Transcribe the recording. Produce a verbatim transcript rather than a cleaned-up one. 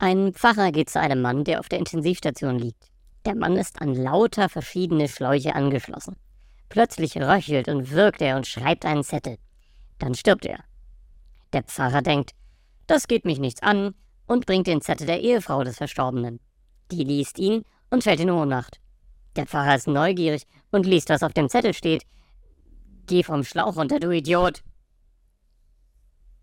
Ein Pfarrer geht zu einem Mann, der auf der Intensivstation liegt. Der Mann ist an lauter verschiedene Schläuche angeschlossen. Plötzlich röchelt und wirkt er und schreibt einen Zettel. Dann stirbt er. Der Pfarrer denkt, das geht mich nichts an, und bringt den Zettel der Ehefrau des Verstorbenen. Die liest ihn und fällt in Ohnmacht. Der Pfarrer ist neugierig und liest, was auf dem Zettel steht. Geh vom Schlauch runter, du Idiot!